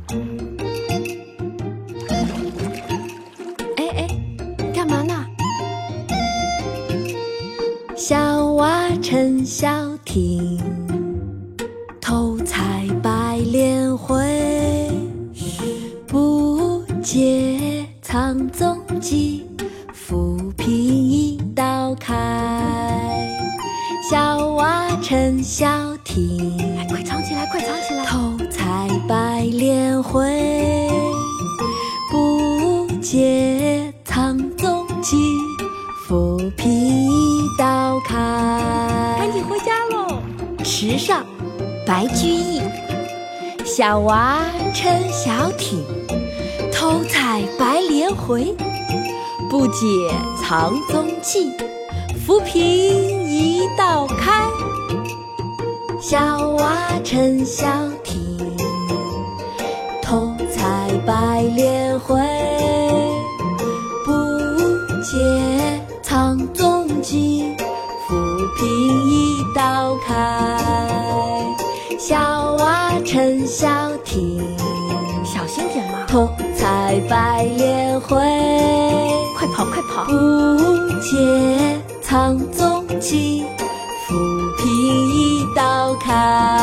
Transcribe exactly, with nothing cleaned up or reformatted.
哎哎，你干嘛呢？ 小娃撑小艇，偷采白莲回。不见苍踪迹，浮萍一道开。小娃撑小艇， 哎，快藏起来，快藏起来！ 偷采白莲回。不见苍踪迹，浮萍一道开。 赶紧回家喽！ 池上，白居易。小娃撑小艇，偷采白莲回。不解藏踪迹，浮萍一道开。小娃撑小艇，偷采白莲回。不解藏踪迹，浮萍一道开。小娃撑小艇， 小心点嘛！ 偷采白莲回。 快跑，快跑！ 不解藏踪迹，浮萍一道开。